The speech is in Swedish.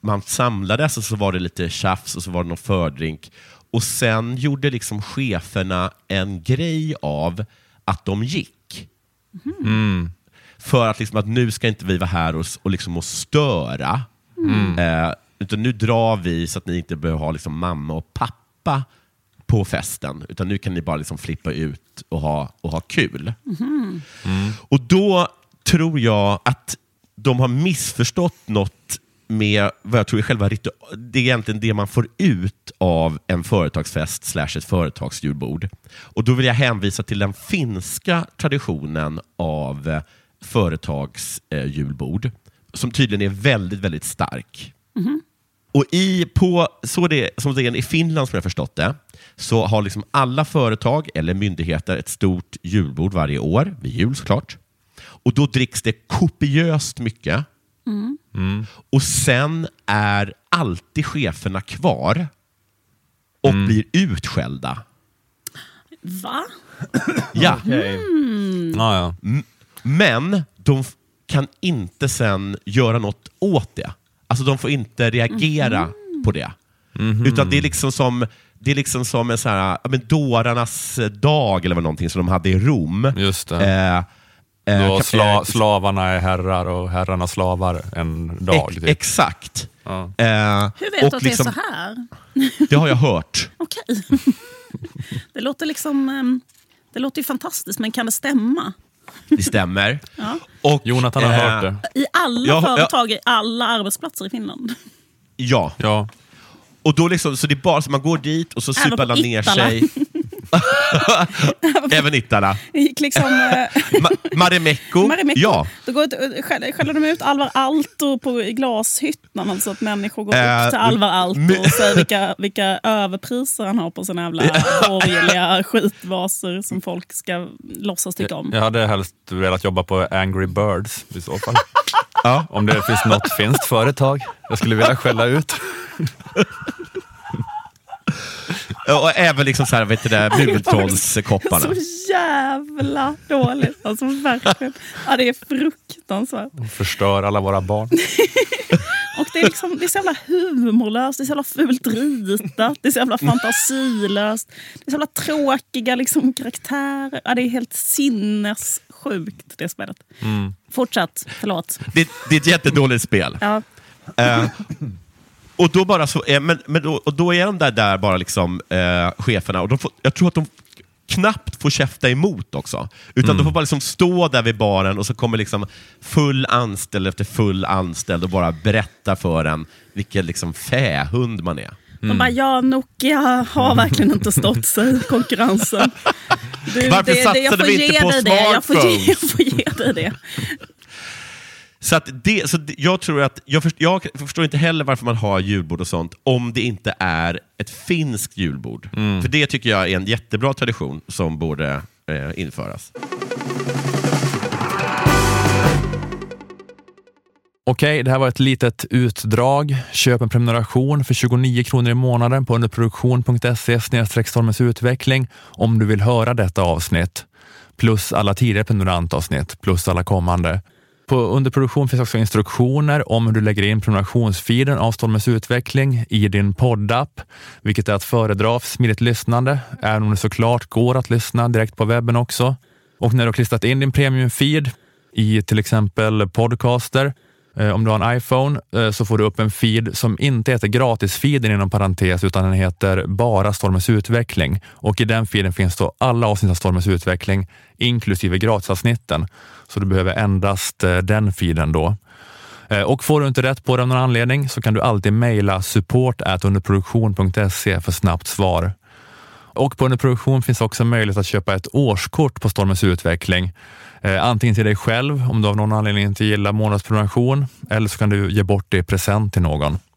man samlades och så var det lite tjafs och så var det någon fördrink. Och sen gjorde liksom cheferna en grej av att de gick. För att, liksom, att nu ska inte vi vara här och, liksom, och störa. Utan nu drar vi så att ni inte behöver ha liksom, mamma och pappa på festen. Utan nu kan ni bara liksom, flippa ut och ha kul. Och då tror jag att de har missförstått något med vad jag tror är själva det är egentligen det man får ut av en företagsfest / ett företagsjulbord. Och då vill jag hänvisa till den finska traditionen av företagsjulbord som tydligen är väldigt, väldigt stark. Och som det är i Finland som jag förstått det, så har liksom alla företag eller myndigheter ett stort julbord varje år, vid jul såklart. Och då dricks det kopiöst mycket. Och sen är alltid cheferna kvar och blir utskällda. Va? Ja. Okay. Ja. Men de kan inte sen göra något åt det. Alltså de får inte reagera på det. Utan det är liksom som en så här, dårarnas dag eller någonting som de hade i Rom. Just det. Då slavarna är herrar och herrarna slavar en dag. Typ. Exakt. Ja. Hur vet du att liksom, det är så här? Det har jag hört. Okej. Det låter liksom... Det låter ju fantastiskt, men kan det stämma? Det stämmer. Ja. Och, Jonathan har hört det. I alla företag, i alla arbetsplatser i Finland. Ja. Och då liksom, så det är bara så man går dit och så super alla ner sig. Även Ittala. Gick liksom... Marimekko. Ja. Då skäller de ut Alvar Aalto på glashyttan, alltså att människor går upp till Alvar Aalto och säger vilka överpriser han har på såna jävla borgerliga skitvaser som folk ska låtsas tycka om. Jag hade helst velat jobba på Angry Birds i så fall. Ja. Om det finns något finskt företag jag skulle vilja skälla ut. Och även liksom så här, vet du det, Mumintrollskopparna. Så jävla dåligt. Alltså verkligen. Ja, det är fruktansvärt. De förstör alla våra barn. Och det är liksom, det är så jävla humorlöst, det är så jävla fult ritat, det är så jävla fantasilöst, det är så jävla tråkiga liksom karaktärer. Ja, det är helt sinnessjukt det spelet. Fortsätt, förlåt. Det är ett jättedåligt spel. Ja. Och då bara så, då är de där bara liksom cheferna, och jag tror att de knappt får käfta emot också, utan de får bara liksom stå där vid baren och så kommer liksom full anställd efter full anställd och bara berätta för en vilken liksom fähund man är. De bara, Nokia har verkligen inte stått sig i konkurrensen. Varför satsade vi inte på smartphones? Jag får ge dig det. Så jag tror att jag förstår inte heller varför man har julbord och sånt om det inte är ett finskt julbord. För det tycker jag är en jättebra tradition som borde införas. Okej, det här var ett litet utdrag. Köp en prenumeration för 29 kronor i månaden på underproduktion.se/Stormens utveckling om du vill höra detta avsnitt. Plus alla tidigare prenumerantavsnitt, plus alla kommande. På Underproduktion finns också instruktioner om hur du lägger in prenumerationsfeeden av Stormens utveckling i din poddapp, vilket är att föredra för smidigt lyssnande, även om det såklart går att lyssna direkt på webben också. Och när du har klistrat in din premiumfeed i till exempel Podcaster, om du har en iPhone, så får du upp en feed som inte heter gratisfeeden inom parentes, utan den heter bara Stormens utveckling. Och i den feeden finns då alla avsnitt av Stormens utveckling, inklusive gratisavsnitten. Så du behöver endast den feeden då. Och får du inte rätt på den av någon anledning så kan du alltid mejla support@underproduktion.se för snabbt svar. Och på Underproduktion finns också möjlighet att köpa ett årskort på Stormens utveckling. Antingen till dig själv om du av någon anledning inte gillar månadsprenumeration, eller så kan du ge bort det i present till någon.